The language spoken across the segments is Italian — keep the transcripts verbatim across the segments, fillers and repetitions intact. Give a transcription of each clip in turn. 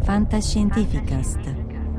Fantascientificast.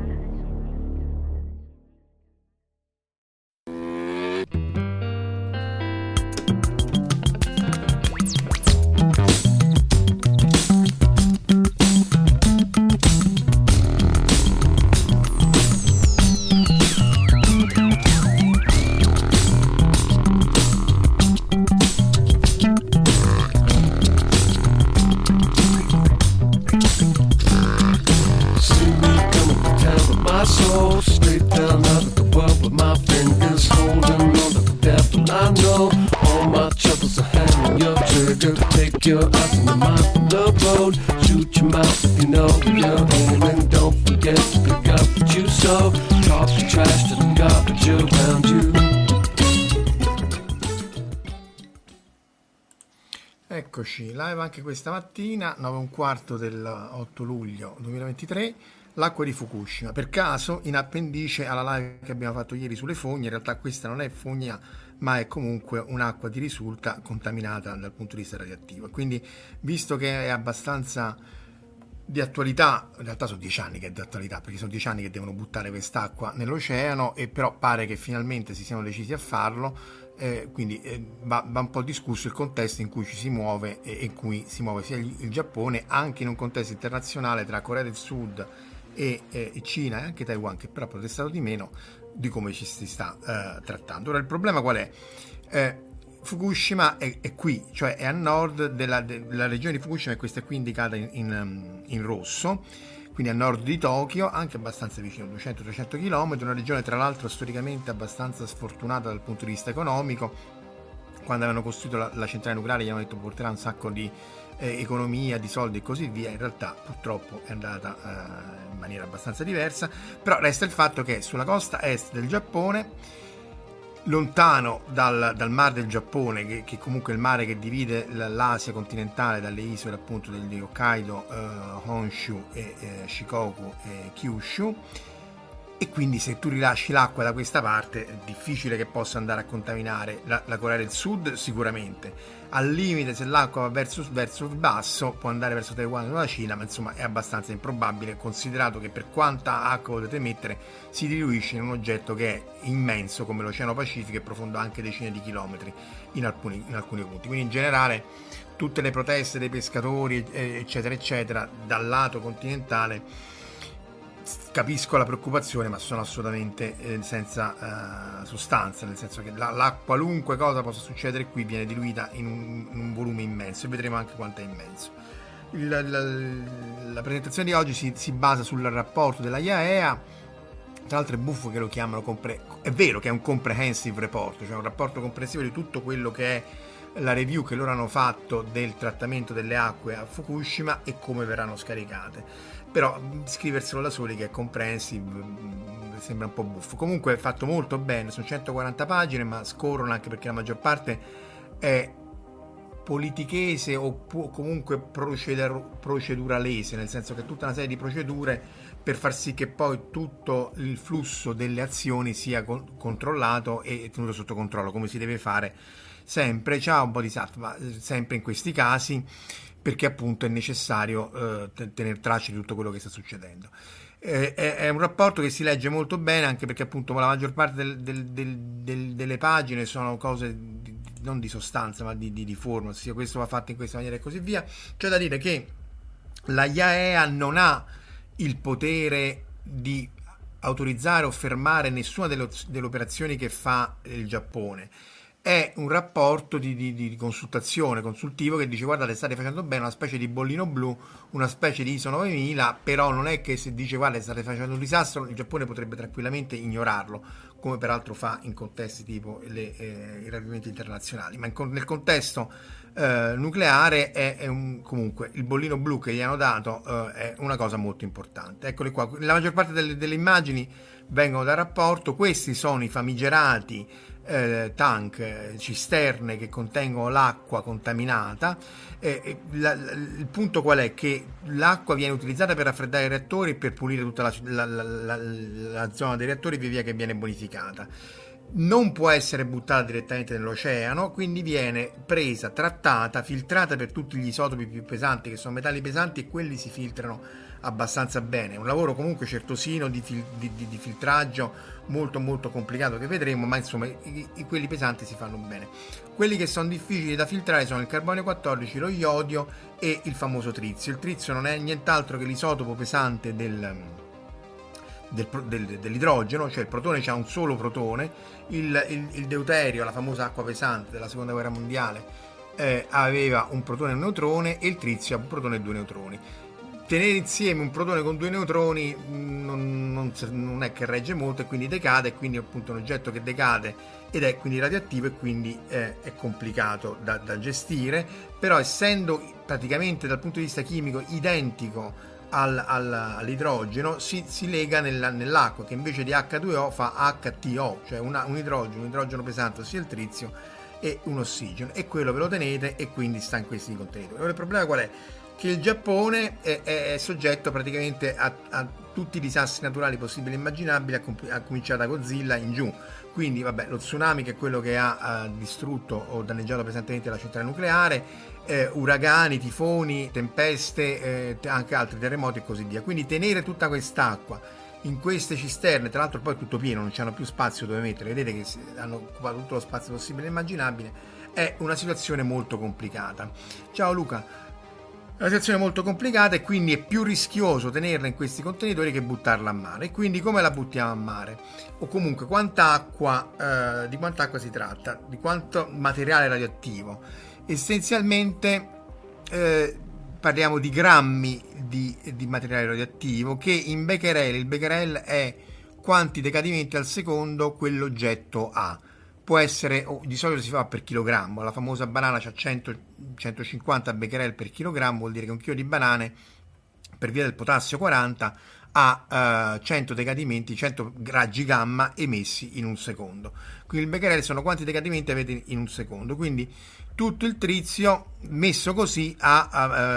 Your eyes on the mouth of the road. Shoot your mouth if you know you're aiming. Don't forget to pick up what you sow. Talk your trash to the garbage around you. Eccoci, live anche questa mattina, nove e un quarto del otto luglio duemilaventitré. L'acqua di Fukushima, per caso in appendice alla live che abbiamo fatto ieri sulle fogne. In realtà questa non è fogna, ma è comunque un'acqua di risulta contaminata dal punto di vista radioattivo. Quindi, visto che è abbastanza di attualità, in realtà sono dieci anni che è di attualità, perché sono dieci anni che devono buttare quest'acqua nell'oceano, e però pare che finalmente si siano decisi a farlo. Eh, quindi eh, va, va un po' discusso il contesto in cui ci si muove e in cui si muove sia il, il Giappone, anche in un contesto internazionale tra Corea del Sud e, e, e Cina e anche Taiwan, che però ha protestato di meno, di come ci si sta eh, trattando. Ora il problema qual è? Eh, Fukushima è, è qui, cioè è a nord della, della regione di Fukushima, e questa è qui indicata in, in, in rosso, quindi a nord di Tokyo, anche abbastanza vicino, duecento trecento chilometri, una regione tra l'altro storicamente abbastanza sfortunata dal punto di vista economico. Quando avevano costruito la, la centrale nucleare gli hanno detto porterà un sacco di eh, economia, di soldi e così via. In realtà purtroppo è andata eh, in maniera abbastanza diversa, però resta il fatto che sulla costa est del Giappone, lontano dal, dal mar del Giappone, che, che comunque è il mare che divide l'Asia continentale dalle isole appunto di Hokkaido, eh, Honshu e eh, Shikoku e Kyushu, e quindi se tu rilasci l'acqua da questa parte è difficile che possa andare a contaminare la, la Corea del Sud. Sicuramente al limite, se l'acqua va verso, verso il basso, può andare verso Taiwan o la Cina, ma insomma è abbastanza improbabile, considerato che per quanta acqua potete mettere si diluisce in un oggetto che è immenso come l'Oceano Pacifico e profondo anche decine di chilometri in alcuni, in alcuni punti. Quindi in generale tutte le proteste dei pescatori eccetera eccetera dal lato continentale, capisco la preoccupazione, ma sono assolutamente eh, senza uh, sostanza, nel senso che la, la qualunque cosa possa succedere qui viene diluita in un, in un volume immenso, e vedremo anche quanto è immenso. Il, la, la presentazione di oggi si, si basa sul rapporto della I A E A. Tra l'altro è buffo che lo chiamano compre- è vero che è un comprehensive report, cioè un rapporto comprensivo di tutto quello che è la review che loro hanno fatto del trattamento delle acque a Fukushima e come verranno scaricate. Però scriverselo da soli che è comprehensive sembra un po' buffo. Comunque è fatto molto bene, sono centoquaranta pagine, ma scorrono, anche perché la maggior parte è politichese o comunque procedur- proceduralese, nel senso che è tutta una serie di procedure per far sì che poi tutto il flusso delle azioni sia con- controllato e tenuto sotto controllo, come si deve fare sempre. C'ha un po' di satva sempre in questi casi, perché appunto è necessario eh, tenere traccia di tutto quello che sta succedendo. Eh, è, è un rapporto che si legge molto bene, anche perché appunto la maggior parte del, del, del, del, delle pagine sono cose di, non di sostanza ma di, di, di forma, ossia questo va fatto in questa maniera e così via. C'è da dire che la I A E A non ha il potere di autorizzare o fermare nessuna delle, delle operazioni che fa il Giappone. È un rapporto di, di, di consultazione, consultivo, che dice: guardate, state facendo bene, una specie di bollino blu, una specie di I S O novemila, però non è che se dice guarda state facendo un disastro, il Giappone potrebbe tranquillamente ignorarlo, come peraltro fa in contesti tipo le, eh, i rapimenti internazionali. Ma in, nel contesto eh, nucleare è, è un, comunque il bollino blu che gli hanno dato eh, è una cosa molto importante. Eccole qua, la maggior parte delle, delle immagini vengono dal rapporto. Questi sono i famigerati Eh, tank, eh, cisterne che contengono l'acqua contaminata. Eh, eh, la, la, il punto qual è? Che l'acqua viene utilizzata per raffreddare i reattori e per pulire tutta la, la, la, la, la zona dei reattori via via che viene bonificata. non può essere buttata direttamente nell'oceano, quindi viene presa, trattata, filtrata per tutti gli isotopi più pesanti, che sono metalli pesanti, e quelli si filtrano abbastanza bene. Un lavoro comunque certosino di, fil- di, di, di filtraggio molto molto complicato che vedremo, ma insomma i, i, quelli pesanti si fanno bene. Quelli che sono difficili da filtrare sono il carbonio quattordici, lo iodio e il famoso trizio. Il trizio non è nient'altro che l'isotopo pesante del, del, del, dell'idrogeno, cioè il protone c'ha un solo protone, il, il, il deuterio, la famosa acqua pesante della seconda guerra mondiale, eh, aveva un protone e un neutrone, e il trizio ha un protone e due neutroni. Tenere insieme un protone con due neutroni non, non, non è che regge molto, e quindi decade, e quindi è appunto un oggetto che decade ed è quindi radioattivo, e quindi eh, è complicato da, da gestire. Però essendo praticamente dal punto di vista chimico identico al, al, all'idrogeno, si, si lega nella, nell'acqua, che invece di acca due o fa acca ti o, cioè una, un idrogeno, un idrogeno pesante, ossia il trizio, e un ossigeno, e quello ve lo tenete, e quindi sta in questi contenitori. Ora il problema qual è? Che il Giappone è, è soggetto praticamente a, a tutti i disastri naturali possibili e immaginabili, a, comp- a cominciare da Godzilla in giù. Quindi vabbè, lo tsunami, che è quello che ha, ha distrutto o danneggiato pesantemente la centrale nucleare, eh, uragani, tifoni, tempeste, eh, te- anche altri terremoti e così via. Quindi tenere tutta quest'acqua in queste cisterne, tra l'altro poi è tutto pieno, non c'hanno più spazio dove mettere, vedete che hanno occupato tutto lo spazio possibile e immaginabile, è una situazione molto complicata. Ciao Luca. È una situazione molto complicata, e quindi è più rischioso tenerla in questi contenitori che buttarla a mare. E quindi come la buttiamo a mare? O comunque quanta acqua, eh, di quanta acqua si tratta? Di quanto materiale radioattivo? Essenzialmente eh, parliamo di grammi di, di materiale radioattivo, che in becquerel, il becquerel è quanti decadimenti al secondo quell'oggetto ha. Può essere, oh, di solito si fa per chilogrammo, la famosa banana c'ha cento centocinquanta becquerel per chilogrammo, vuol dire che un chilo di banane, per via del potassio quaranta, ha uh, cento decadimenti, cento raggi gamma emessi in un secondo. Quindi il becquerel sono quanti decadimenti avete in un secondo, quindi tutto il trizio messo così ha,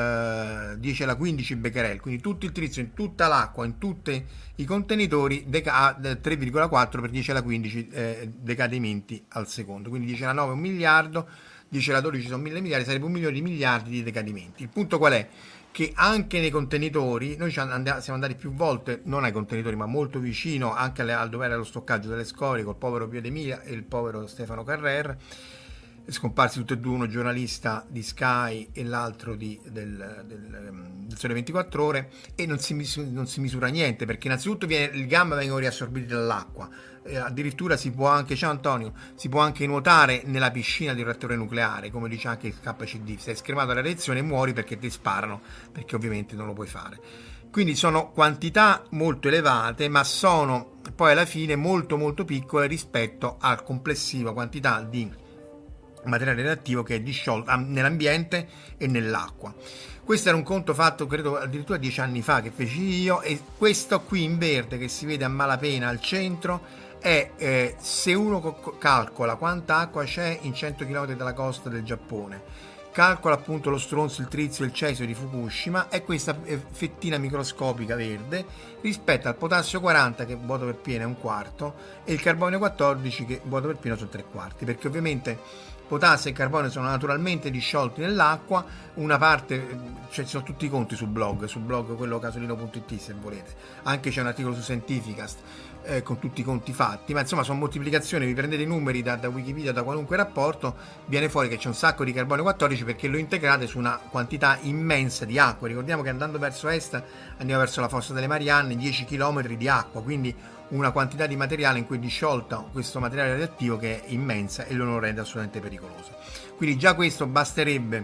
ha uh, dieci alla quindici becquerel, quindi tutto il trizio in tutta l'acqua, in tutti i contenitori, deca- tre virgola quattro per dieci alla quindici eh, decadimenti al secondo, quindi dieci alla nove un miliardo, dieci alla dodici sono mille miliardi, sarebbe un milione di miliardi di decadimenti. Il punto qual è? Che anche nei contenitori, noi siamo andati più volte, non ai contenitori ma molto vicino anche al dove era lo stoccaggio delle scorie, col povero Pio De Mila e il povero Stefano Carrer, scomparsi tutti e due, uno giornalista di Sky e l'altro di, del, del, del Sole ventiquattro Ore, e non si, non si misura niente, perché innanzitutto viene, il gamma vengono riassorbiti dall'acqua, eh, addirittura si può anche, ciao Antonio, si può anche nuotare nella piscina di un reattore nucleare, come dice anche il K C D, sei scremato alla reazione muori perché ti sparano, perché ovviamente non lo puoi fare. Quindi sono quantità molto elevate, ma sono poi alla fine molto molto piccole rispetto al complessiva quantità di materiale radioattivo che è disciolto nell'ambiente e nell'acqua. Questo era un conto fatto credo addirittura dieci anni fa che feci io, e questo qui in verde che si vede a malapena al centro è eh, se uno co- calcola quanta acqua c'è in cento chilometri dalla costa del Giappone, calcola appunto lo stronzo, il trizio e il cesio di Fukushima, è questa fettina microscopica verde rispetto al potassio quaranta, che vuoto per pieno è un quarto, e il carbonio quattordici, che vuoto per pieno sono tre quarti, perché ovviamente potassio e carbonio sono naturalmente disciolti nell'acqua. Una parte, cioè ci sono tutti i conti sul blog, sul blog quello casolino punto it se volete, anche c'è un articolo su Scientificast eh, con tutti i conti fatti, ma insomma sono moltiplicazioni, vi prendete i numeri da, da Wikipedia, da qualunque rapporto, viene fuori che c'è un sacco di carbonio quattordici perché lo integrate su una quantità immensa di acqua. Ricordiamo che andando verso est andiamo verso la fossa delle Marianne, dieci chilometri di acqua, quindi una quantità di materiale in cui è disciolto questo materiale radioattivo che è immensa e lo rende assolutamente pericoloso. Quindi già questo basterebbe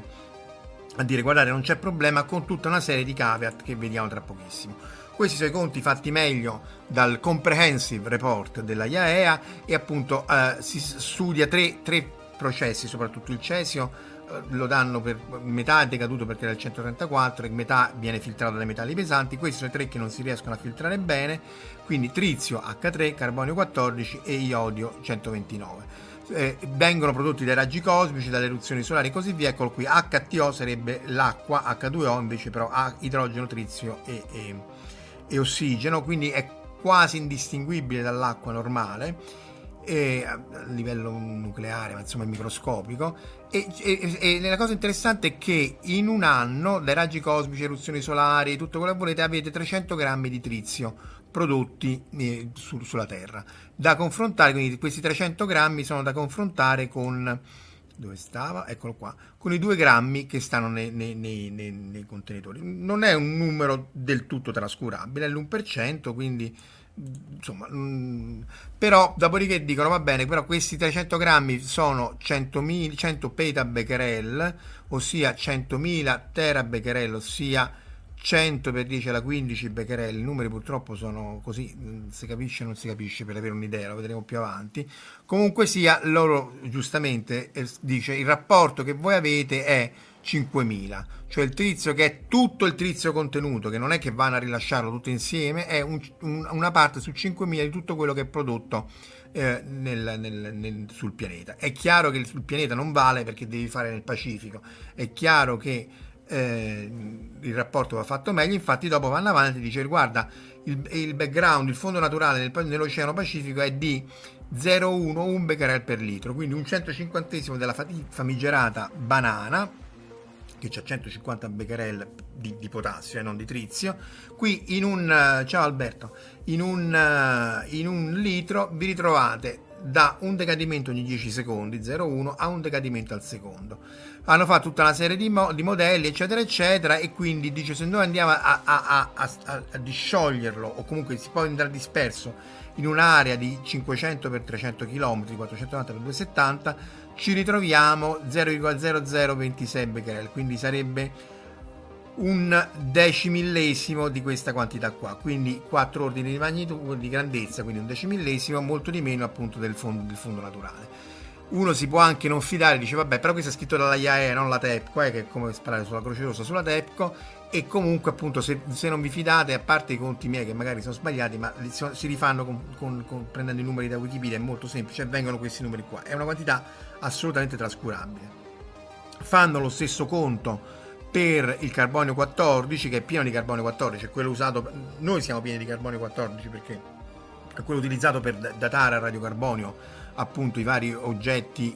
a dire guardate non c'è problema, con tutta una serie di caveat che vediamo tra pochissimo. Questi sono i conti fatti meglio dal Comprehensive Report della I A E A, e appunto eh, si studia tre, tre processi, soprattutto il cesio lo danno per metà è decaduto perché era il centotrentaquattro e metà viene filtrato dai metalli pesanti. Questi sono i tre che non si riescono a filtrare bene, quindi trizio acca tre, carbonio quattordici e iodio centoventinove. Eh, vengono prodotti dai raggi cosmici, dalle eruzioni solari e così via. Eccolo qui, acca ti o sarebbe l'acqua, acca due o invece però ha idrogeno, trizio e, e, e ossigeno, quindi è quasi indistinguibile dall'acqua normale. e a livello nucleare, ma insomma microscopico, e, e, e la cosa interessante è che in un anno dai raggi cosmici, eruzioni solari, tutto quello che volete, avete trecento grammi di trizio prodotti eh, su, sulla Terra da confrontare, quindi questi trecento grammi sono da confrontare con, dove stava? Eccolo qua, con i due grammi che stanno nei, nei, nei, nei, nei contenitori. Non è un numero del tutto trascurabile, è l'uno per cento, quindi insomma, mh, però dopodiché dicono va bene, però questi trecento grammi sono centomila, cento petabecquerel, ossia centomila terabecquerel, ossia cento per dieci alla quindici becquerel. I numeri purtroppo sono così, si capisce o non si capisce, per avere un'idea, lo vedremo più avanti. Comunque sia, loro giustamente eh, dice il rapporto che voi avete è cinquemila, cioè il trizio, che è tutto il trizio contenuto, che non è che vanno a rilasciarlo tutto insieme, è un, un, una parte su cinquemila di tutto quello che è prodotto eh, nel, nel, nel, sul pianeta. È chiaro che sul pianeta non vale, perché devi fare nel Pacifico, è chiaro che eh, il rapporto va fatto meglio, infatti dopo vanno avanti e dice guarda, il, il background, il fondo naturale nel, nell'Oceano Pacifico è di zero virgola uno becquerel per litro, quindi un centocinquantesimo della famigerata banana, che c'ha centocinquanta becquerel di, di potassio e eh, non di trizio. Qui in un uh, ciao Alberto, in un, uh, in un litro vi ritrovate da un decadimento ogni dieci secondi, zero virgola uno, a un decadimento al secondo. Hanno fatto tutta una serie di, mo- di modelli eccetera eccetera, e quindi dice se noi andiamo a, a, a, a, a, a discioglierlo, o comunque si può andare disperso in un'area di cinquecento per trecento chilometri, quattrocentonovanta per duecentosettanta, ci ritroviamo zero virgola zero zero ventisei becquerel, quindi sarebbe un decimillesimo di questa quantità qua, quindi quattro ordini di magnitudo di grandezza, quindi un decimillesimo, molto di meno appunto del fondo, del fondo naturale. Uno si può anche non fidare, dice vabbè, però questo è scritto dalla I A E, non la TEPCO, eh, che è come sparare sulla Croce Rossa sulla TEPCO, e comunque appunto se, se non vi fidate, a parte i conti miei che magari sono sbagliati, ma si rifanno con, con, con, prendendo i numeri da Wikipedia, è molto semplice, vengono questi numeri qua, è una quantità assolutamente trascurabile. Fanno lo stesso conto per il carbonio quattordici, che è pieno di carbonio quattordici, è quello usato, noi siamo pieni di carbonio quattordici perché è quello utilizzato per datare a radiocarbonio appunto i vari oggetti,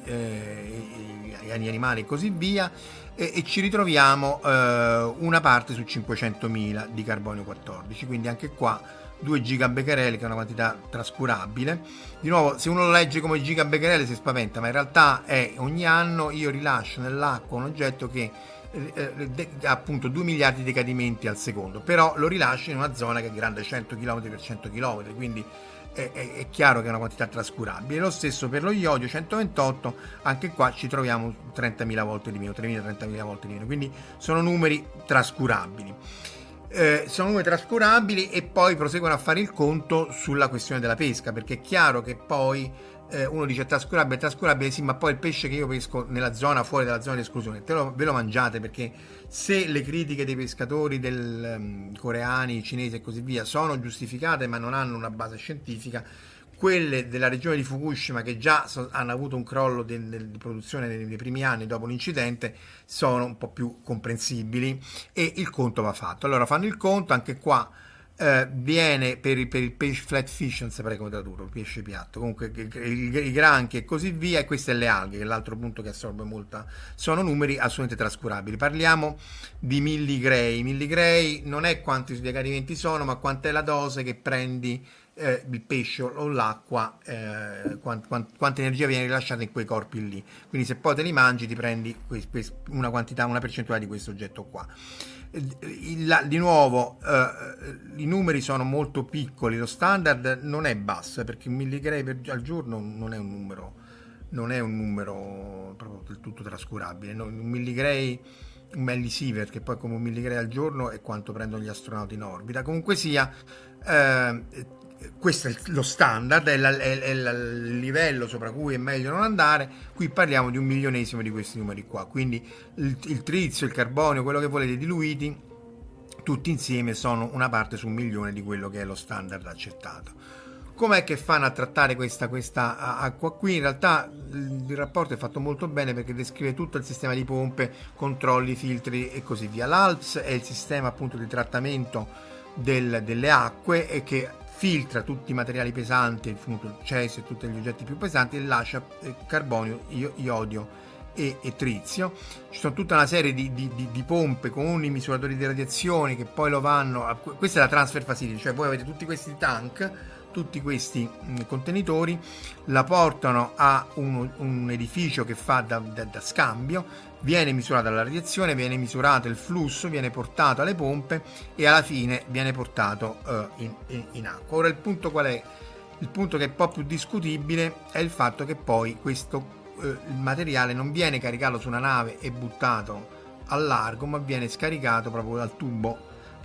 eh, gli animali e così via, e, e ci ritroviamo eh, una parte su cinquecentomila di carbonio quattordici, quindi anche qua due gigabecquerel, che è una quantità trascurabile. Di nuovo, se uno lo legge come gigabecquerel si spaventa, ma in realtà è ogni anno io rilascio nell'acqua un oggetto che eh, de, appunto due miliardi di decadimenti al secondo, però lo rilascio in una zona che è grande cento chilometri per cento chilometri, quindi è, è, è chiaro che è una quantità trascurabile. Lo stesso per lo iodio centoventotto, anche qua ci troviamo trentamila volte di meno, tremila trentamila volte di meno, quindi sono numeri trascurabili. Eh, sono numeri trascurabili, e poi proseguono a fare il conto sulla questione della pesca, perché è chiaro che poi eh, uno dice trascurabile, trascurabile sì, ma poi il pesce che io pesco nella zona, fuori dalla zona di esclusione, te lo, ve lo mangiate, perché se le critiche dei pescatori del, um, coreani, cinesi e così via sono giustificate ma non hanno una base scientifica, quelle della regione di Fukushima, che già so, hanno avuto un crollo di, di, di produzione nei, nei primi anni dopo l'incidente, sono un po' più comprensibili, e il conto va fatto. Allora fanno il conto, anche qua eh, viene per il, per il pesce flat fish, non saprei come tradurlo, il pesce piatto, comunque i granchi e così via, e queste le alghe, che è l'altro punto che assorbe molta, sono numeri assolutamente trascurabili. Parliamo di milligray. Milligray non è quanti decadimenti sono, ma quant'è la dose che prendi Eh, il pesce o l'acqua, eh, quant, quant, quanta energia viene rilasciata in quei corpi lì. Quindi se poi te li mangi ti prendi que, que, una quantità, una percentuale di questo oggetto qua. Il, di nuovo eh, i numeri sono molto piccoli, lo standard non è basso, perché un milligray per, al giorno non è un numero non è un numero proprio del tutto trascurabile. No, un milligray, un millisievert, che poi come un milligray al giorno è quanto prendono gli astronauti in orbita. Comunque sia, eh, questo è lo standard, è, la, è, è il livello sopra cui è meglio non andare. Qui parliamo di un milionesimo di questi numeri qua, quindi il, il trizio, il carbonio, quello che volete diluiti tutti insieme sono una parte su un milione di quello che è lo standard accettato. Com'è che fanno a trattare questa, questa acqua qui? In realtà il rapporto è fatto molto bene, perché descrive tutto il sistema di pompe, controlli, filtri e così via. L'A L P S è il sistema appunto di trattamento del, delle acque, e che filtra tutti i materiali pesanti, il cesso e tutti gli oggetti più pesanti, e lascia carbonio, iodio e, e trizio. Ci sono tutta una serie di, di, di, di pompe con i misuratori di radiazione che poi lo vanno a, questa è la transfer facility, cioè voi avete tutti questi tank, tutti questi mh, contenitori, la portano a un, un edificio che fa da, da, da scambio, viene misurata la radiazione, viene misurato il flusso, viene portato alle pompe e alla fine viene portato uh, in, in, in acqua. Ora il punto qual è? Il punto che è un po' più discutibile è il fatto che poi questo il materiale non viene caricato su una nave e buttato al largo, ma viene scaricato proprio dal tubo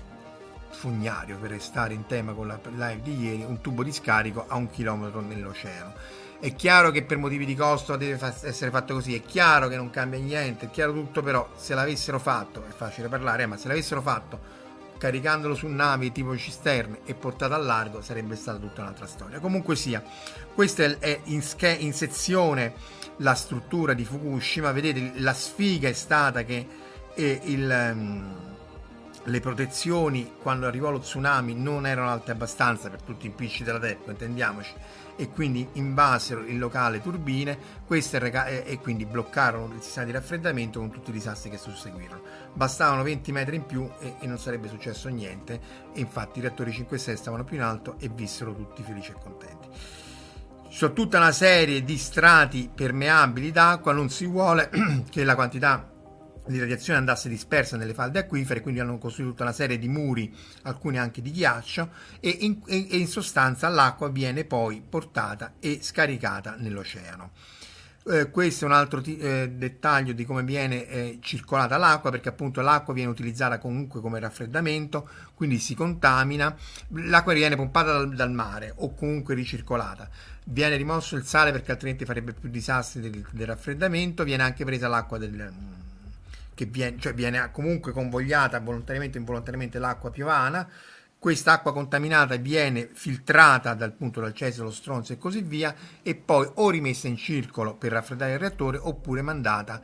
fognario, per restare in tema con la live di ieri, un tubo di scarico a un chilometro nell'oceano. È chiaro che per motivi di costo deve fa- essere fatto così, è chiaro che non cambia niente, è chiaro tutto, però se l'avessero fatto, è facile parlare, eh, ma se l'avessero fatto caricandolo su navi tipo cisterne e portato al largo, sarebbe stata tutta un'altra storia. Comunque sia, questa è in, sch- in sezione la struttura di Fukushima. Vedete, la sfiga è stata che eh, il, um, le protezioni quando arrivò lo tsunami non erano alte abbastanza per tutti i impicci della TEPCO, intendiamoci, e quindi invasero il locale turbine, queste rega- e, e quindi bloccarono il sistema di raffreddamento con tutti i disastri che susseguirono. Bastavano venti metri in più e, e non sarebbe successo niente, e infatti i reattori cinque e sei stavano più in alto e vissero tutti felici e contenti. Ci sono tutta una serie di strati permeabili d'acqua, non si vuole che la quantità di radiazione andasse dispersa nelle falde acquifere, quindi hanno costruito tutta una serie di muri, alcuni anche di ghiaccio, e in, e in sostanza l'acqua viene poi portata e scaricata nell'oceano. Eh, questo è un altro t- eh, dettaglio di come viene eh, circolata l'acqua, perché appunto l'acqua viene utilizzata comunque come raffreddamento, quindi si contamina, l'acqua viene pompata dal, dal mare o comunque ricircolata, viene rimosso il sale perché altrimenti farebbe più disastri del, del raffreddamento, viene anche presa l'acqua del, che viene, cioè viene comunque convogliata volontariamente o involontariamente l'acqua piovana. Questa acqua contaminata viene filtrata dal punto dal cesso, lo stronzo e così via, e poi o rimessa in circolo per raffreddare il reattore oppure mandata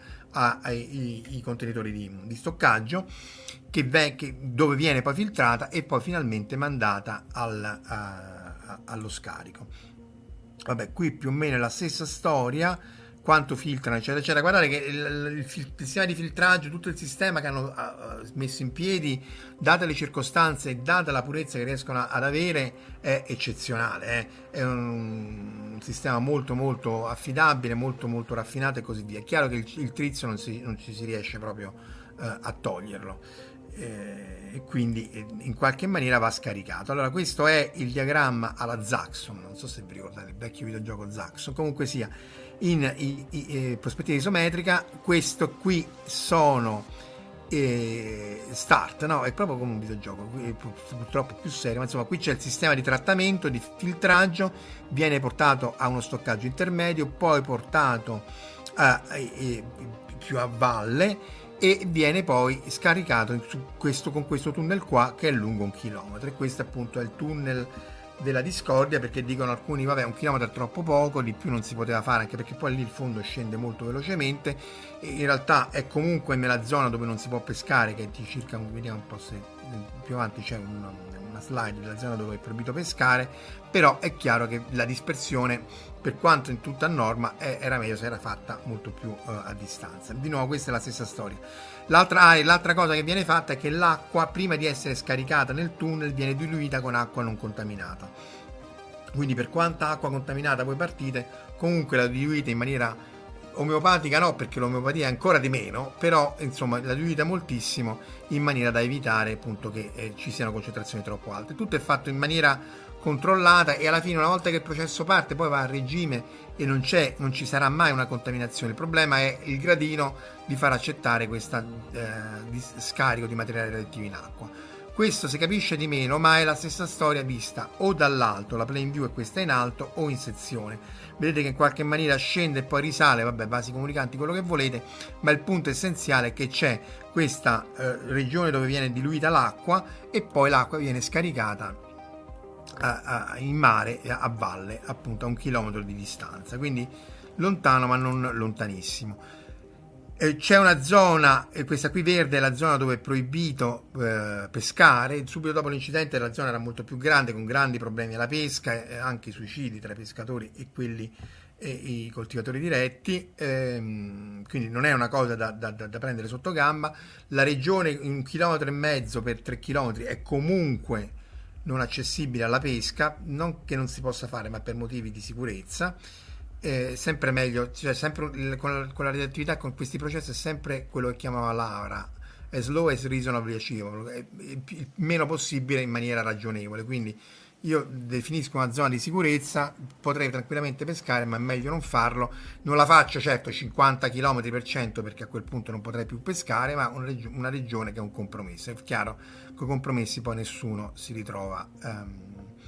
ai, ai contenitori di, di stoccaggio che ve, che, dove viene poi filtrata e poi finalmente mandata al, a, a, allo scarico. Vabbè, qui più o meno è la stessa storia, quanto filtrano eccetera eccetera. Guardate che il, il, il sistema di filtraggio, tutto il sistema che hanno uh, messo in piedi, date le circostanze e data la purezza che riescono a, ad avere, è eccezionale, eh. È un, un sistema molto molto affidabile, molto molto raffinato e così via. È chiaro che il, il trizio non, si, non ci si riesce proprio uh, a toglierlo, eh, e quindi eh, in qualche maniera va scaricato. Allora, questo è il diagramma alla Zaxxon, non so se vi ricordate il vecchio videogioco Zaxxon, comunque sia, in i, i, eh, prospettiva isometrica. Questo qui sono eh, start, no, è proprio come un videogioco, purtroppo più serio, ma insomma qui c'è il sistema di trattamento, di filtraggio, viene portato a uno stoccaggio intermedio, poi portato a, a, a, più a valle, e viene poi scaricato su questo, con questo tunnel qua che è lungo un chilometro, e questo appunto è il tunnel della discordia, perché dicono alcuni vabbè un chilometro è troppo poco, di più non si poteva fare, anche perché poi lì il fondo scende molto velocemente, e in realtà è comunque nella zona dove non si può pescare, che è di circa, vediamo un po' se più avanti c'è una, una slide della zona dove è proibito pescare, però è chiaro che la dispersione, per quanto in tutta norma, è, era meglio se era fatta molto più uh, a distanza. Di nuovo questa è la stessa storia. L'altra, ah, l'altra cosa che viene fatta è che l'acqua, prima di essere scaricata nel tunnel, viene diluita con acqua non contaminata, quindi per quanta acqua contaminata voi partite, comunque la diluite in maniera omeopatica, no, perché l'omeopatia è ancora di meno, però insomma la diluita moltissimo in maniera da evitare appunto che eh, ci siano concentrazioni troppo alte. Tutto è fatto in maniera controllata, e alla fine, una volta che il processo parte, poi va a regime e non c'è, non ci sarà mai una contaminazione. Il problema è il gradino di far accettare questo eh, scarico di materiali radioattivi in acqua. Questo si capisce di meno, ma è la stessa storia vista o dall'alto, la plane view è questa in alto, o in sezione. Vedete che in qualche maniera scende e poi risale, vabbè, vasi comunicanti, quello che volete, ma il punto essenziale è che c'è questa eh, regione dove viene diluita l'acqua e poi l'acqua viene scaricata a, a, in mare, a valle, appunto a un chilometro di distanza, quindi lontano ma non lontanissimo. Eh, c'è una zona, e questa qui verde è la zona dove è proibito eh, pescare. Subito dopo l'incidente la zona era molto più grande, con grandi problemi alla pesca e anche suicidi tra i pescatori e quelli e i coltivatori diretti, ehm, quindi non è una cosa da, da, da prendere sotto gamba. La regione, un chilometro e mezzo per tre chilometri, è comunque non accessibile alla pesca, non che non si possa fare, ma per motivi di sicurezza. Eh, sempre meglio, cioè sempre con la, con la radioattività, con questi processi, è sempre quello che chiamava Laura, as low as reasonably achievable, il meno possibile in maniera ragionevole. Quindi io definisco una zona di sicurezza, potrei tranquillamente pescare, ma è meglio non farlo. Non la faccio certo cinquanta chilometri per cento, perché a quel punto non potrei più pescare, ma una, reg- una regione che è un compromesso. È chiaro, con i compromessi poi nessuno si ritrova um,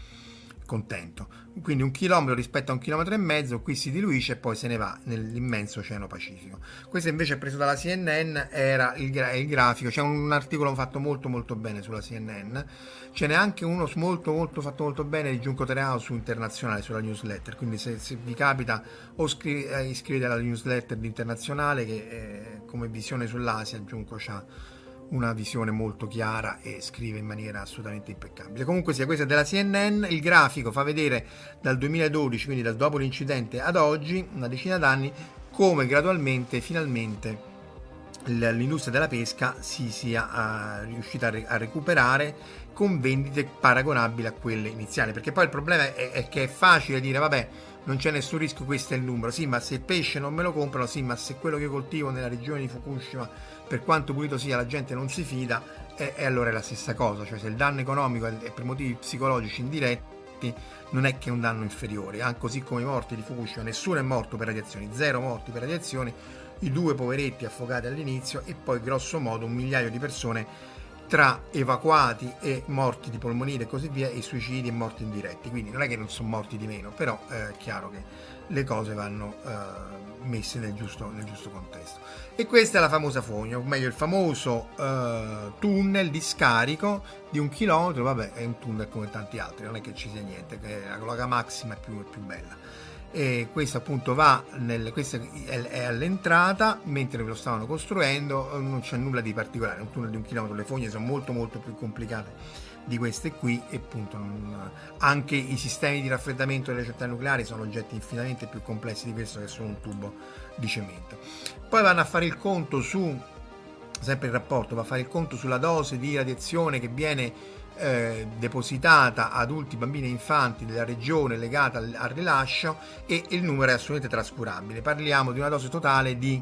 contento. Quindi un chilometro rispetto a un chilometro e mezzo qui si diluisce e poi se ne va nell'immenso Oceano Pacifico. Questo invece è preso dalla C N N, era il, gra- il grafico. C'è un articolo fatto molto molto bene sulla C N N, ce n'è anche uno molto molto fatto molto bene di Giunco Tereao su Internazionale, sulla newsletter. Quindi se, se vi capita o scri- eh, iscrivetevi alla newsletter di Internazionale, che eh, come visione sull'Asia Giunco c'ha una visione molto chiara e scrive in maniera assolutamente impeccabile. Comunque sia, questa è della C N N. Il grafico fa vedere dal duemiladodici, quindi dal dopo l'incidente ad oggi, una decina d'anni, come gradualmente, finalmente, l'industria della pesca si sia uh, riuscita a, re- a recuperare con vendite paragonabili a quelle iniziali. Perché poi il problema è, è che è facile dire vabbè, non c'è nessun rischio, questo è il numero. Sì, ma se il pesce non me lo comprano, sì, ma se quello che coltivo nella regione di Fukushima, per quanto pulito sia, la gente non si fida, e, e allora è la stessa cosa. Cioè, se il danno economico è per motivi psicologici indiretti, non è che è un danno inferiore. Ah, così come i morti di Fukushima, nessuno è morto per radiazioni, zero morti per radiazioni, i due poveretti affogati all'inizio e poi grosso modo un migliaio di persone tra evacuati e morti di polmonite e così via, e suicidi e morti indiretti. Quindi non è che non sono morti di meno, però è chiaro che le cose vanno uh, messe nel giusto, nel giusto contesto. E questa è la famosa fogna, o meglio il famoso uh, tunnel di scarico di un chilometro. Vabbè, è un tunnel come tanti altri, non è che ci sia niente, che la cloaca massima è più, è più bella. E questo appunto va nel, questo è, è all'entrata, mentre lo stavano costruendo non c'è nulla di particolare, un tunnel di un chilometro. Le fogne sono molto molto più complicate di queste qui, e appunto non, anche i sistemi di raffreddamento delle centrali nucleari sono oggetti infinitamente più complessi di questo, che sono un tubo di cemento. Poi vanno a fare il conto su, sempre il rapporto va a fare il conto sulla dose di radiazione che viene Eh, depositata adulti, bambini e infanti della regione legata al, al rilascio, e il numero è assolutamente trascurabile. Parliamo di una dose totale di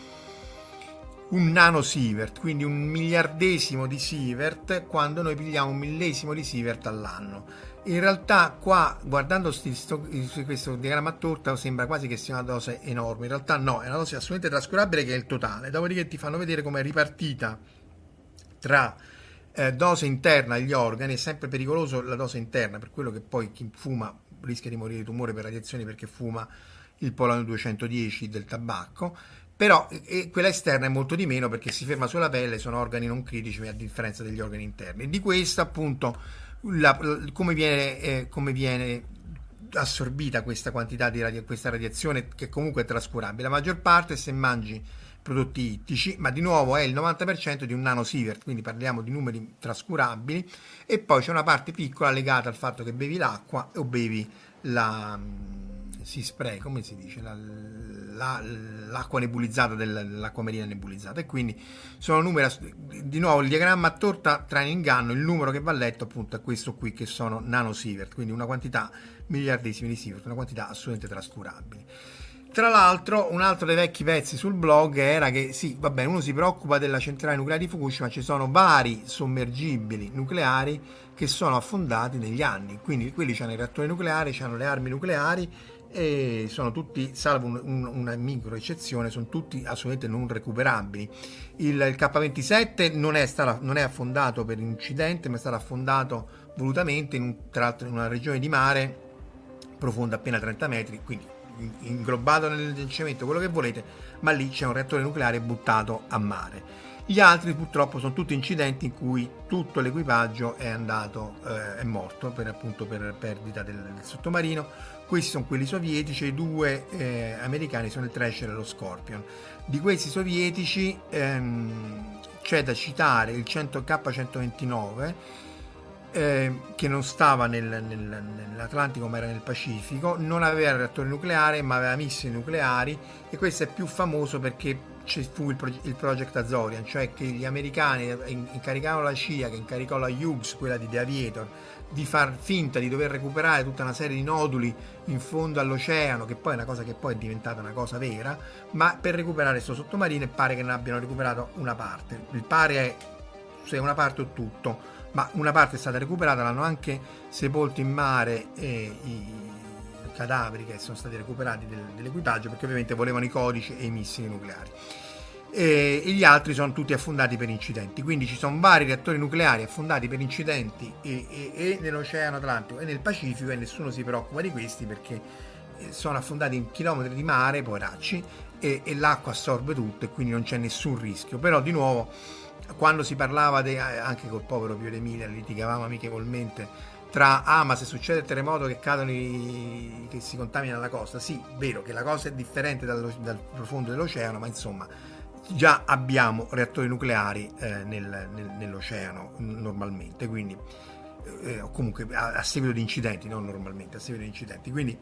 un nanosievert, quindi un miliardesimo di sievert, quando noi pigliamo un millesimo di sievert all'anno. In realtà qua, guardando sti, sto, questo diagramma a torta, sembra quasi che sia una dose enorme. In realtà no, è una dose assolutamente trascurabile, che è il totale. Dopodiché ti fanno vedere come è ripartita tra Eh, dose interna agli organi. È sempre pericoloso la dose interna, per quello che poi chi fuma rischia di morire di tumore per radiazioni, perché fuma il polonio duecentodieci del tabacco. Però e quella esterna è molto di meno, perché si ferma sulla pelle, sono organi non critici a differenza degli organi interni. Di questo appunto la, la, come viene eh, come viene assorbita questa quantità di radio, questa radiazione, che comunque è trascurabile. La maggior parte, se mangi prodotti ittici, ma di nuovo è il novanta per cento di un nanosievert, quindi parliamo di numeri trascurabili. E poi c'è una parte piccola legata al fatto che bevi l'acqua o bevi la si spray, come si dice, la, la, l'acqua nebulizzata, dell'acqua marina nebulizzata, e quindi sono numeri. Di nuovo il diagramma a torta trae in inganno, il numero che va letto appunto è questo qui, che sono nanosievert, quindi una quantità miliardesimi di sievert, una quantità assolutamente trascurabile. Tra l'altro, un altro dei vecchi pezzi sul blog era che sì, va bene, uno si preoccupa della centrale nucleare di Fukushima, ci sono vari sommergibili nucleari che sono affondati negli anni, quindi quelli hanno i reattori nucleari, hanno le armi nucleari, e sono tutti, salvo un, un, una micro eccezione, sono tutti assolutamente non recuperabili. Il, il K ventisette non è, stato, non è affondato per incidente, ma è stato affondato volutamente in, un, tra l'altro in una regione di mare profonda appena trenta metri, quindi inglobato nel cemento, quello che volete, ma lì c'è un reattore nucleare buttato a mare. Gli altri purtroppo sono tutti incidenti in cui tutto l'equipaggio è andato, eh, è morto per appunto per perdita del, del sottomarino. Questi sono quelli sovietici, i due eh, americani sono il Thresher e lo Scorpion. Di questi sovietici ehm, c'è da citare il cento K centoventinove, eh, che non stava nel, nel, nell'Atlantico ma era nel Pacifico, non aveva reattore nucleare ma aveva missili nucleari, e questo è più famoso perché ci fu il, pro- il Project Azorian, cioè che gli americani incaricavano la C I A, che incaricò la Hughes, quella di The Aviator, di far finta di dover recuperare tutta una serie di noduli in fondo all'oceano, che poi è una cosa che poi è diventata una cosa vera, ma per recuperare questo sottomarino, e pare che ne abbiano recuperato una parte. Il pare è se una parte o tutto, ma una parte è stata recuperata, l'hanno anche sepolto in mare eh, i cadaveri che sono stati recuperati del, dell'equipaggio, perché ovviamente volevano i codici e i missili nucleari. E, e gli altri sono tutti affondati per incidenti, quindi ci sono vari reattori nucleari affondati per incidenti e, e, e nell'Oceano Atlantico e nel Pacifico, e nessuno si preoccupa di questi perché sono affondati in chilometri di mare, poveracci, e, e l'acqua assorbe tutto e quindi non c'è nessun rischio. Però di nuovo, quando si parlava de, anche col povero Pio D'Emilia, litigavamo amichevolmente tra ah ma se succede il terremoto che cadono i, che si contamina la costa. Sì, vero che la cosa è differente dallo, dal profondo dell'oceano, ma insomma già abbiamo reattori nucleari eh, nel, nel, nell'oceano normalmente, quindi eh, comunque a, a seguito di incidenti, non normalmente, a seguito di incidenti, quindi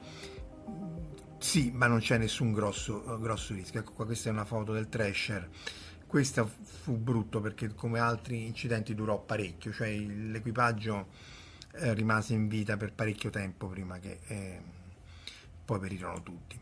sì, ma non c'è nessun grosso, grosso rischio. Ecco qua, questa è una foto del Thresher. Questa fu brutto perché come altri incidenti durò parecchio, cioè l'equipaggio eh, rimase in vita per parecchio tempo prima che eh, poi perirono tutti.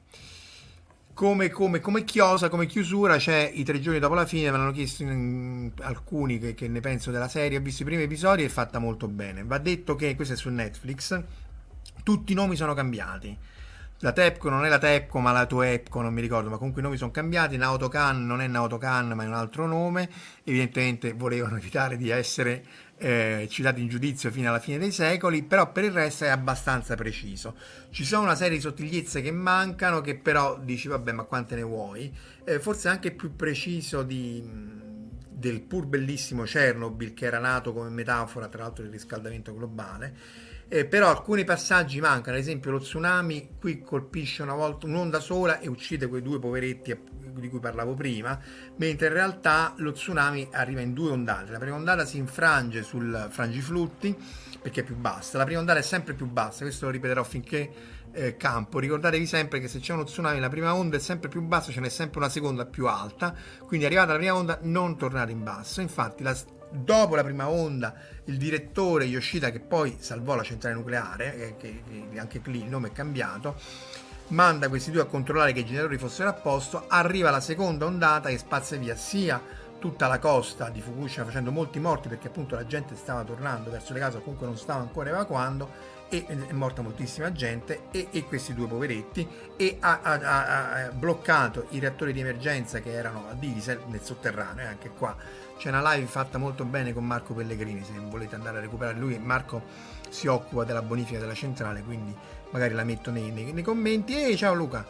Come, come, come chiosa, come chiusura, c'è i tre giorni dopo la fine. Me l'hanno chiesto in, alcuni che, che ne penso della serie. Ho visto i primi episodi e è fatta molto bene. Va detto che questo è su Netflix, tutti i nomi sono cambiati. La Tepco non è la Tepco ma la Toepco, non mi ricordo, ma comunque i nomi sono cambiati. Naotokan non è Naotokan ma è un altro nome. Evidentemente volevano evitare di essere eh, citati in giudizio fino alla fine dei secoli, però per il resto è abbastanza preciso. Ci sono una serie di sottigliezze che mancano, che però dici vabbè, ma quante ne vuoi? Eh, forse anche più preciso di, del pur bellissimo Chernobyl, che era nato come metafora tra l'altro del riscaldamento globale. Eh, però alcuni passaggi mancano, ad esempio lo tsunami qui colpisce una volta un'onda sola e uccide quei due poveretti di cui parlavo prima, mentre in realtà lo tsunami arriva in due ondate. La prima ondata si infrange sul frangiflutti perché è più bassa, la prima ondata è sempre più bassa, questo lo ripeterò finché eh, campo. Ricordatevi sempre che se c'è uno tsunami la prima onda è sempre più bassa, ce n'è sempre una seconda più alta, quindi arrivata la prima onda non tornate in basso. Infatti la dopo la prima onda il direttore Yoshida, che poi salvò la centrale nucleare, che, che, che anche lì il nome è cambiato, manda questi due a controllare che i generatori fossero a posto. Arriva la seconda ondata che spazza via sia tutta la costa di Fukushima, facendo molti morti perché appunto la gente stava tornando verso le case o comunque non stava ancora evacuando, e è morta moltissima gente, e, e questi due poveretti, e ha, ha, ha bloccato i reattori di emergenza che erano a Diesel nel sotterraneo. E anche qua c'è una live fatta molto bene con Marco Pellegrini, se volete andare a recuperare. Lui, Marco, si occupa della bonifica della centrale, quindi magari la metto nei, nei, nei commenti. E ciao Luca.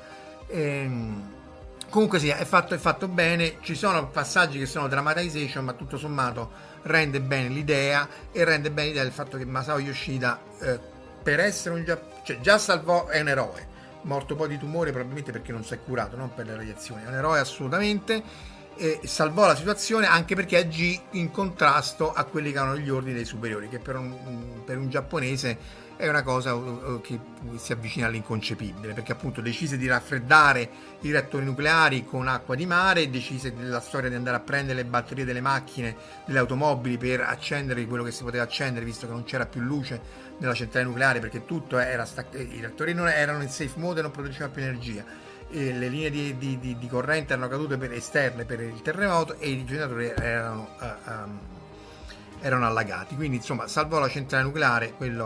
Ehm, comunque sì, è fatto, è fatto bene. Ci sono passaggi che sono dramatization, ma tutto sommato rende bene l'idea, e rende bene l'idea del fatto che Masao Yoshida eh, per essere un Giapp- cioè già salvò, è un eroe, morto poi di tumore probabilmente perché non si è curato, non per le radiazioni, è un eroe assolutamente, e salvò la situazione anche perché agì in contrasto a quelli che erano gli ordini dei superiori, che per un, per un giapponese è una cosa che si avvicina all'inconcepibile, perché appunto decise di raffreddare i reattori nucleari con acqua di mare, decise della storia di andare a prendere le batterie delle macchine, delle automobili, per accendere quello che si poteva accendere, visto che non c'era più luce nella centrale nucleare, perché tutto era stac- i reattori non erano in safe mode e non producevano più energia, e le linee di, di, di, di corrente erano cadute per esterne per il terremoto, e i generatori erano, uh, um, erano allagati. Quindi insomma salvò la centrale nucleare, quello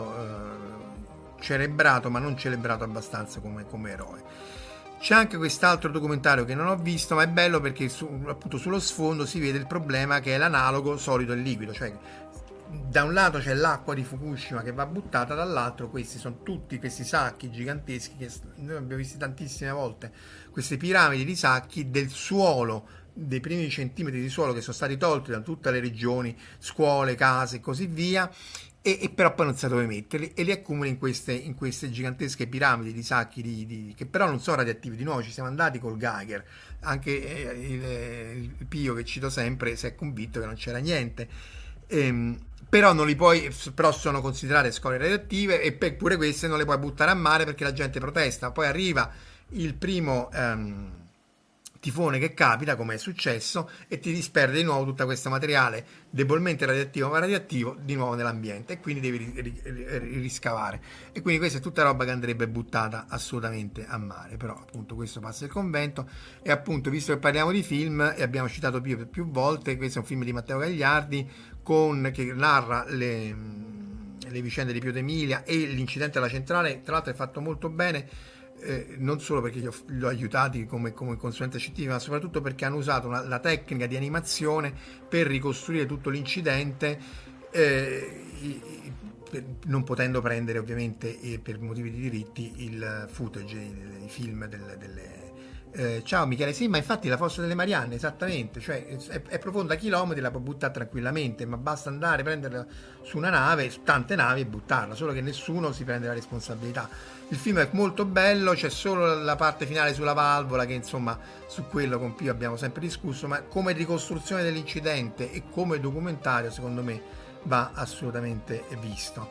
uh, celebrato, ma non celebrato abbastanza come, come eroe. C'è anche quest'altro documentario che non ho visto, ma è bello perché su, appunto sullo sfondo si vede il problema che è l'analogo solido e liquido, cioè da un lato c'è l'acqua di Fukushima che va buttata, dall'altro questi sono tutti questi sacchi giganteschi che noi abbiamo visto tantissime volte, queste piramidi di sacchi del suolo dei primi centimetri di suolo che sono stati tolti da tutte le regioni, scuole, case e così via, e, e però poi non sa dove metterli, e li accumuli in queste, in queste gigantesche piramidi di sacchi di, di, che però non sono radioattivi. Di nuovo ci siamo andati col Geiger, anche eh, il, il Pio che cito sempre si è convinto che non c'era niente, ehm, però non li puoi, però sono considerate scorie radioattive, e per pure queste non le puoi buttare a mare perché la gente protesta. Poi arriva il primo ehm, tifone che capita, come è successo, e ti disperde di nuovo tutto questo materiale debolmente radioattivo ma radioattivo di nuovo nell'ambiente, e quindi devi ri- ri- ri- riscavare, e quindi questa è tutta roba che andrebbe buttata assolutamente a mare. Però appunto questo passa il convento. E appunto, visto che parliamo di film e abbiamo citato più, più volte, questo è un film di Matteo Gagliardi con, che narra le, le vicende di Pio d'Emilia e l'incidente alla centrale. Tra l'altro è fatto molto bene, Eh, non solo perché li ho, li ho aiutati come, come consulente scientifico, ma soprattutto perché hanno usato una, la tecnica di animazione per ricostruire tutto l'incidente, eh, per, non potendo prendere ovviamente eh, per motivi di diritti il footage, i, i film delle, delle Eh, ciao Michele, sì, ma infatti la fossa delle Marianne, esattamente, cioè è, è profonda chilometri, la può buttare tranquillamente, ma basta andare, prenderla su una nave, su tante navi, e buttarla, solo che nessuno si prende la responsabilità. Il film è molto bello, c'è solo la parte finale sulla valvola, che insomma su quello con Pio abbiamo sempre discusso, ma come ricostruzione dell'incidente e come documentario secondo me va assolutamente visto.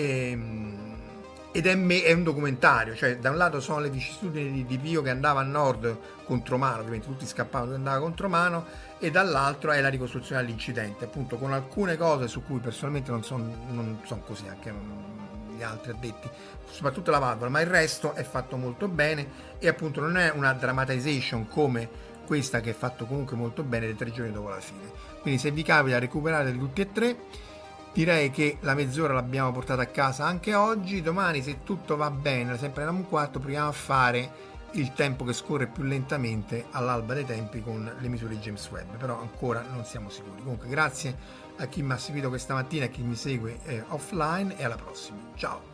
E, ed è, me, è un documentario, cioè da un lato sono le vicissitudini di, di Pio che andava a nord contromano, ovviamente tutti scappavano, lui andava contromano, e dall'altro è la ricostruzione dell'incidente, appunto con alcune cose su cui personalmente non sono non son così, anche gli altri addetti, soprattutto la valvola, ma il resto è fatto molto bene, e appunto non è una dramatization come questa che è fatto comunque molto bene, dei tre giorni dopo la fine. Quindi se vi capita recuperate tutti e tre. Direi che la mezz'ora l'abbiamo portata a casa anche oggi. Domani, se tutto va bene, sempre nella un quarto, proviamo a fare il tempo che scorre più lentamente all'alba dei tempi con le misure di James Webb, però ancora non siamo sicuri. Comunque grazie a chi mi ha seguito questa mattina e a chi mi segue eh, offline, e alla prossima. Ciao!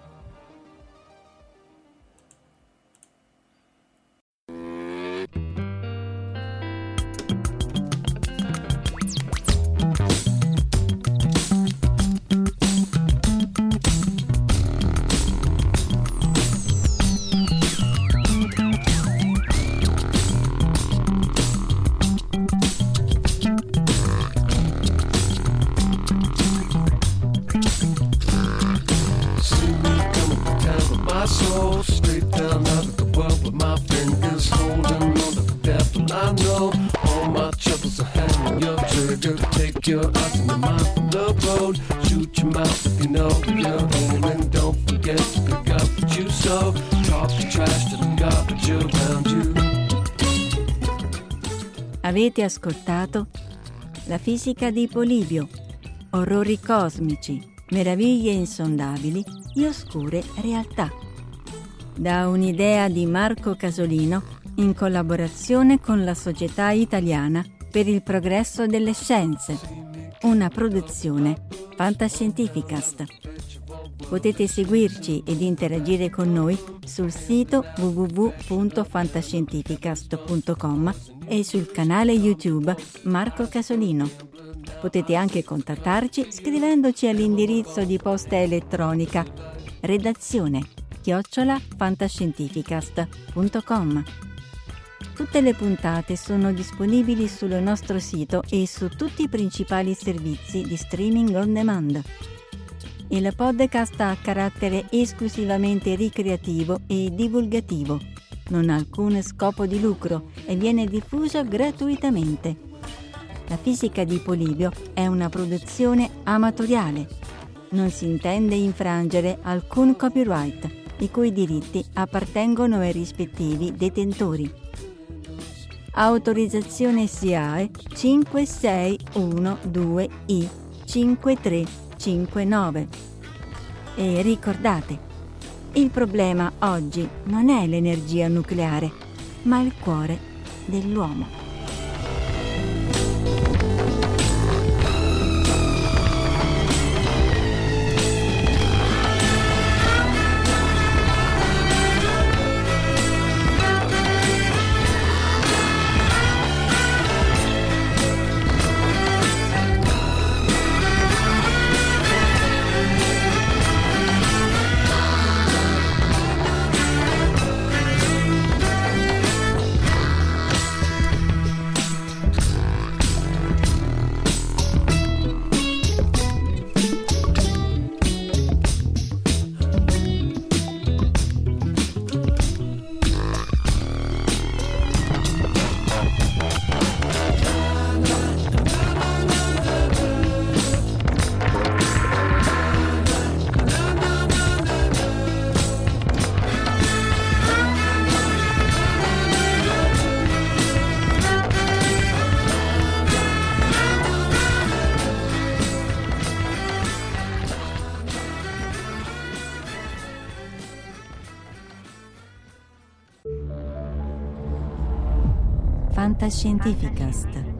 You're out in the mouth of the road. Shoot your mouth if you know you're aiming. Don't forget to pick up what you sow. Talk the trash to the garbage around you. Avete ascoltato La fisica di Polibio, orrori cosmici, meraviglie insondabili e oscure realtà. Da un'idea di Marco Casolino in collaborazione con la Società Italiana per il Progresso delle Scienze, una produzione Fantascientificast. Potete seguirci ed interagire con noi sul sito w w w punto fantascientificast punto com e sul canale YouTube Marco Casolino. Potete anche contattarci scrivendoci all'indirizzo di posta elettronica redazione chiocciola fantascientificast punto com. Tutte le puntate sono disponibili sul nostro sito e su tutti i principali servizi di streaming on demand. Il podcast ha carattere esclusivamente ricreativo e divulgativo, non ha alcun scopo di lucro e viene diffuso gratuitamente. La fisica di Polibio è una produzione amatoriale. Non si intende infrangere alcun copyright, i cui diritti appartengono ai rispettivi detentori. Autorizzazione S I A E cinque sei uno due I cinque tre cinque nove. E ricordate, il problema oggi non è l'energia nucleare, ma il cuore dell'uomo. Fantascientificast.